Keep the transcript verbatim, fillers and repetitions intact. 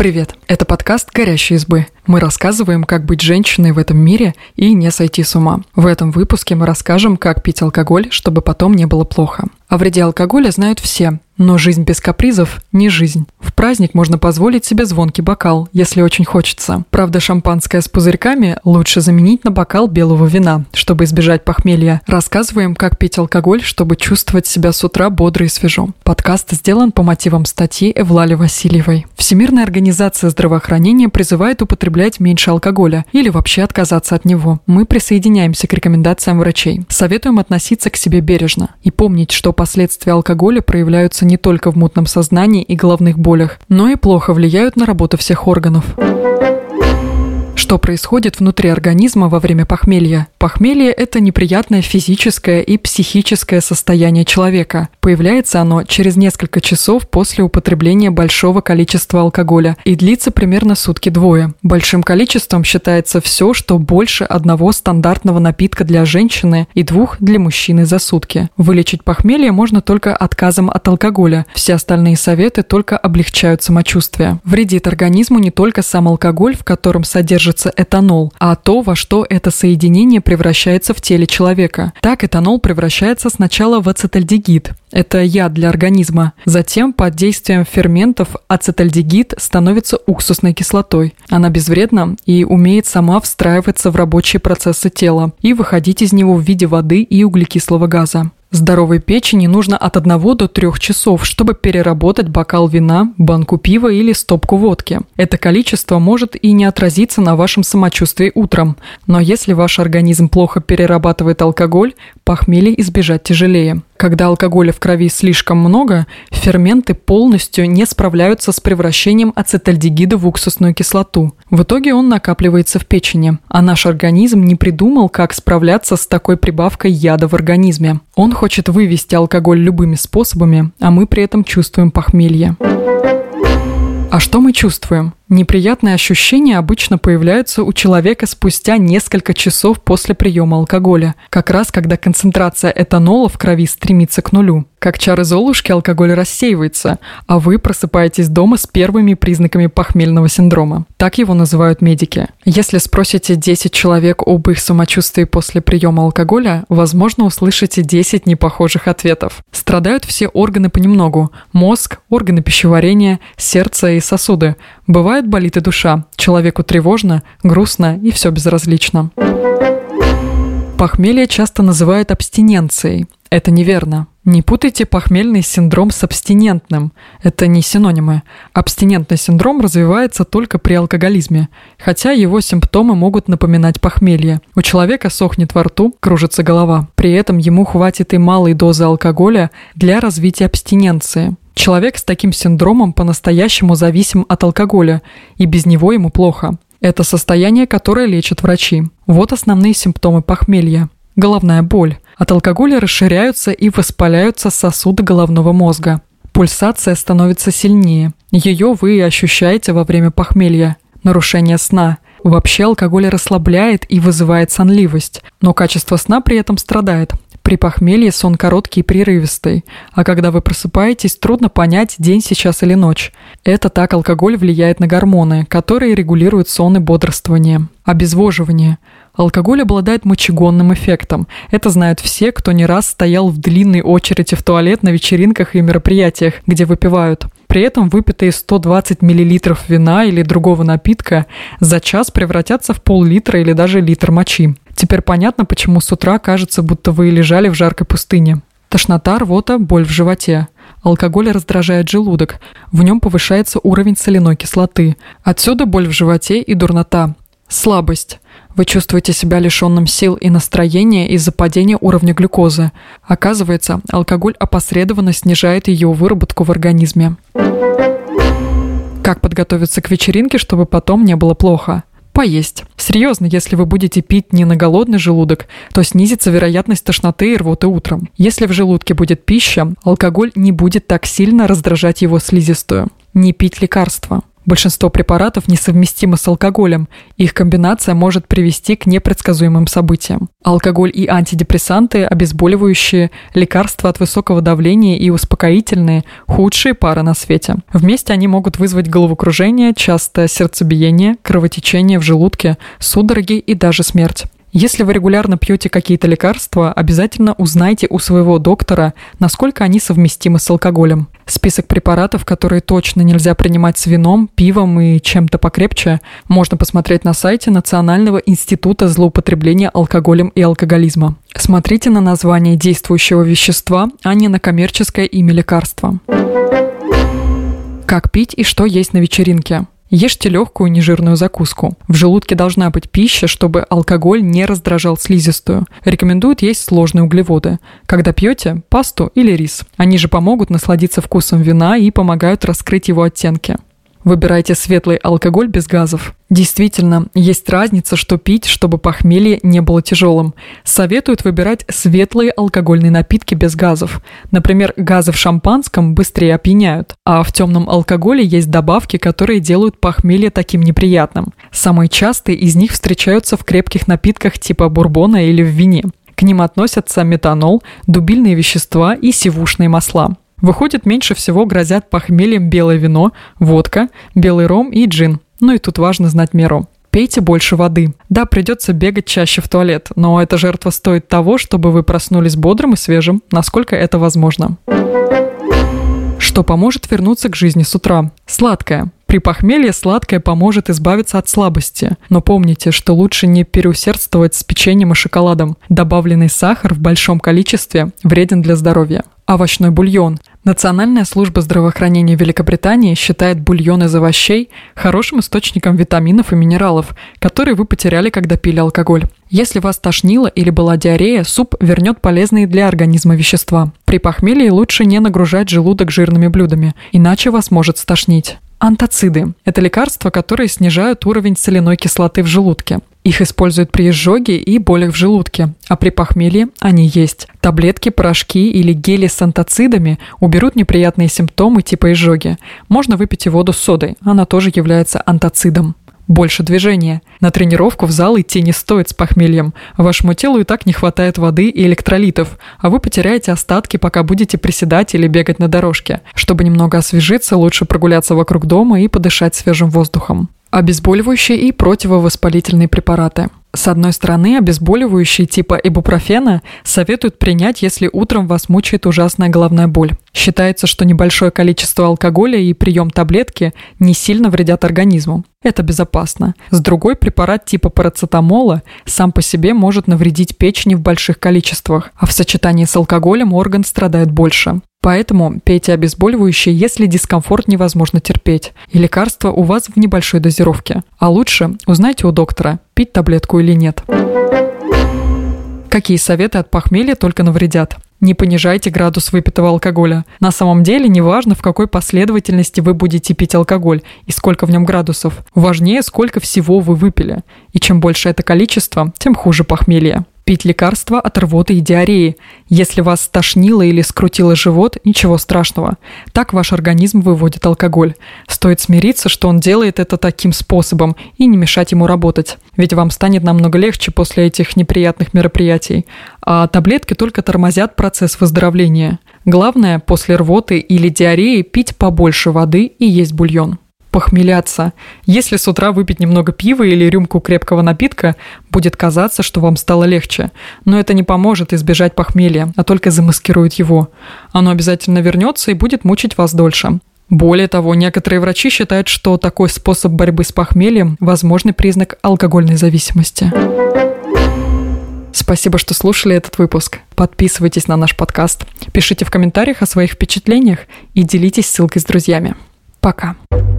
Привет, это подкаст «Горящие избы». Мы рассказываем, как быть женщиной в этом мире и не сойти с ума. В этом выпуске мы расскажем, как пить алкоголь, чтобы потом не было плохо. О вреде алкоголя знают все, но жизнь без капризов – не жизнь. В праздник можно позволить себе звонкий бокал, если очень хочется. Правда, шампанское с пузырьками лучше заменить на бокал белого вина, чтобы избежать похмелья. Рассказываем, как пить алкоголь, чтобы чувствовать себя с утра бодро и свежо. Подкаст сделан по мотивам статьи Эвлали Васильевой. Всемирная организация здравоохранения призывает употреблять меньше алкоголя или вообще отказаться от него. Мы присоединяемся к рекомендациям врачей. Советуем относиться к себе бережно и помнить, что последствия алкоголя проявляются не только в мутном сознании и головных болях, но и плохо влияют на работу всех органов. Что происходит внутри организма во время похмелья? Похмелье – это неприятное физическое и психическое состояние человека. Появляется оно через несколько часов после употребления большого количества алкоголя и длится примерно сутки-двое. Большим количеством считается все, что больше одного стандартного напитка для женщины и двух для мужчины за сутки. Вылечить похмелье можно только отказом от алкоголя. Все остальные советы только облегчают самочувствие. Вредит организму не только сам алкоголь, в котором содержится этанол, а то, во что это соединение превращается в теле человека. Так этанол превращается сначала в ацетальдегид. Это яд для организма. Затем под действием ферментов ацетальдегид становится уксусной кислотой. Она безвредна и умеет сама встраиваться в рабочие процессы тела и выходить из него в виде воды и углекислого газа. Здоровой печени нужно от одного до трёх часов, чтобы переработать бокал вина, банку пива или стопку водки. Это количество может и не отразиться на вашем самочувствии утром, но если ваш организм плохо перерабатывает алкоголь, похмелья избежать тяжелее. Когда алкоголя в крови слишком много, ферменты полностью не справляются с превращением ацетальдегида в уксусную кислоту. В итоге он накапливается в печени, а наш организм не придумал, как справляться с такой прибавкой яда в организме. Он хочет вывести алкоголь любыми способами, а мы при этом чувствуем похмелье. А что мы чувствуем? Неприятные ощущения обычно появляются у человека спустя несколько часов после приема алкоголя, как раз когда концентрация этанола в крови стремится к нулю. Как чары Золушки, алкоголь рассеивается, а вы просыпаетесь дома с первыми признаками похмельного синдрома. Так его называют медики. Если спросите десять человек об их самочувствии после приема алкоголя, возможно, услышите десять непохожих ответов. Страдают все органы понемногу – мозг, органы пищеварения, сердце и сосуды. Бывает, болит и душа. Человеку тревожно, грустно и все безразлично. Похмелье часто называют абстиненцией. Это неверно. Не путайте похмельный синдром с абстинентным. Это не синонимы. Абстинентный синдром развивается только при алкоголизме, хотя его симптомы могут напоминать похмелье. У человека сохнет во рту, кружится голова. При этом ему хватит и малой дозы алкоголя для развития абстиненции. Человек с таким синдромом по-настоящему зависим от алкоголя, и без него ему плохо. Это состояние, которое лечат врачи. Вот основные симптомы похмелья. Головная боль. От алкоголя расширяются и воспаляются сосуды головного мозга. Пульсация становится сильнее. Ее вы ощущаете во время похмелья. Нарушение сна. Вообще алкоголь расслабляет и вызывает сонливость, но качество сна при этом страдает. При похмелье сон короткий и прерывистый, а когда вы просыпаетесь, трудно понять, день сейчас или ночь. Это так алкоголь влияет на гормоны, которые регулируют сон и бодрствование. Обезвоживание. Алкоголь обладает мочегонным эффектом. Это знают все, кто не раз стоял в длинной очереди в туалет на вечеринках и мероприятиях, где выпивают. При этом выпитые сто двадцать миллилитров вина или другого напитка за час превратятся в пол-литра или даже литр мочи. Теперь понятно, почему с утра кажется, будто вы лежали в жаркой пустыне. Тошнота, рвота, боль в животе. Алкоголь раздражает желудок. В нем повышается уровень соляной кислоты. Отсюда боль в животе и дурнота. Слабость. Вы чувствуете себя лишенным сил и настроения из-за падения уровня глюкозы. Оказывается, алкоголь опосредованно снижает ее выработку в организме. Как подготовиться к вечеринке, чтобы потом не было плохо? Поесть. Серьезно, если вы будете пить не на голодный желудок, то снизится вероятность тошноты и рвоты утром. Если в желудке будет пища, алкоголь не будет так сильно раздражать его слизистую. Не пить лекарства. Большинство препаратов несовместимы с алкоголем, их комбинация может привести к непредсказуемым событиям. Алкоголь и антидепрессанты, обезболивающие, лекарства от высокого давления и успокоительные – худшие пары на свете. Вместе они могут вызвать головокружение, частое сердцебиение, кровотечение в желудке, судороги и даже смерть. Если вы регулярно пьете какие-то лекарства, обязательно узнайте у своего доктора, насколько они совместимы с алкоголем. Список препаратов, которые точно нельзя принимать с вином, пивом и чем-то покрепче, можно посмотреть на сайте Национального института злоупотребления алкоголем и алкоголизма. Смотрите на название действующего вещества, а не на коммерческое имя лекарства. Как пить и что есть на вечеринке? Ешьте легкую нежирную закуску. В желудке должна быть пища, чтобы алкоголь не раздражал слизистую. Рекомендуют есть сложные углеводы. Когда пьете – пасту или рис. Они же помогут насладиться вкусом вина и помогают раскрыть его оттенки. Выбирайте светлый алкоголь без газов. Действительно, есть разница, что пить, чтобы похмелье не было тяжелым. Советуют выбирать светлые алкогольные напитки без газов. Например, газы в шампанском быстрее опьяняют, а в темном алкоголе есть добавки, которые делают похмелье таким неприятным. Самые частые из них встречаются в крепких напитках типа бурбона или в вине. К ним относятся метанол, дубильные вещества и сивушные масла. Выходит, меньше всего грозят похмельем белое вино, водка, белый ром и джин. Ну и тут важно знать меру. Пейте больше воды. Да, придется бегать чаще в туалет, но эта жертва стоит того, чтобы вы проснулись бодрым и свежим, насколько это возможно. Что поможет вернуться к жизни с утра? Сладкое. При похмелье сладкое поможет избавиться от слабости. Но помните, что лучше не переусердствовать с печеньем и шоколадом. Добавленный сахар в большом количестве вреден для здоровья. Овощной бульон. Национальная служба здравоохранения Великобритании считает бульон из овощей хорошим источником витаминов и минералов, которые вы потеряли, когда пили алкоголь. Если вас тошнило или была диарея, суп вернет полезные для организма вещества. При похмелье лучше не нагружать желудок жирными блюдами, иначе вас может стошнить. Антациды – это лекарства, которые снижают уровень соляной кислоты в желудке. Их используют при изжоге и болях в желудке, а при похмелье они есть. Таблетки, порошки или гели с антацидами уберут неприятные симптомы типа изжоги. Можно выпить и воду с содой, она тоже является антацидом. Больше движения. На тренировку в зал идти не стоит с похмельем. Вашему телу и так не хватает воды и электролитов, а вы потеряете остатки, пока будете приседать или бегать на дорожке. Чтобы немного освежиться, лучше прогуляться вокруг дома и подышать свежим воздухом. Обезболивающие и противовоспалительные препараты. С одной стороны, обезболивающие типа ибупрофена советуют принять, если утром вас мучает ужасная головная боль. Считается, что небольшое количество алкоголя и прием таблетки не сильно вредят организму. Это безопасно. С другой, препарат типа парацетамола сам по себе может навредить печени в больших количествах, а в сочетании с алкоголем орган страдает больше. Поэтому пейте обезболивающие, если дискомфорт невозможно терпеть, и лекарство у вас в небольшой дозировке. А лучше узнайте у доктора, пить таблетку или нет. Какие советы от похмелья только навредят? Не понижайте градус выпитого алкоголя. На самом деле не важно, в какой последовательности вы будете пить алкоголь и сколько в нем градусов. Важнее, сколько всего вы выпили. И чем больше это количество, тем хуже похмелье. Пить лекарства от рвоты и диареи. Если вас стошнило или скрутило живот, ничего страшного. Так ваш организм выводит алкоголь. Стоит смириться, что он делает это таким способом, и не мешать ему работать. Ведь вам станет намного легче после этих неприятных мероприятий. А таблетки только тормозят процесс выздоровления. Главное, после рвоты или диареи пить побольше воды и есть бульон. Похмеляться. Если с утра выпить немного пива или рюмку крепкого напитка, будет казаться, что вам стало легче. Но это не поможет избежать похмелья, а только замаскирует его. Оно обязательно вернется и будет мучить вас дольше. Более того, некоторые врачи считают, что такой способ борьбы с похмельем – возможный признак алкогольной зависимости. Спасибо, что слушали этот выпуск. Подписывайтесь на наш подкаст, пишите в комментариях о своих впечатлениях и делитесь ссылкой с друзьями. Пока.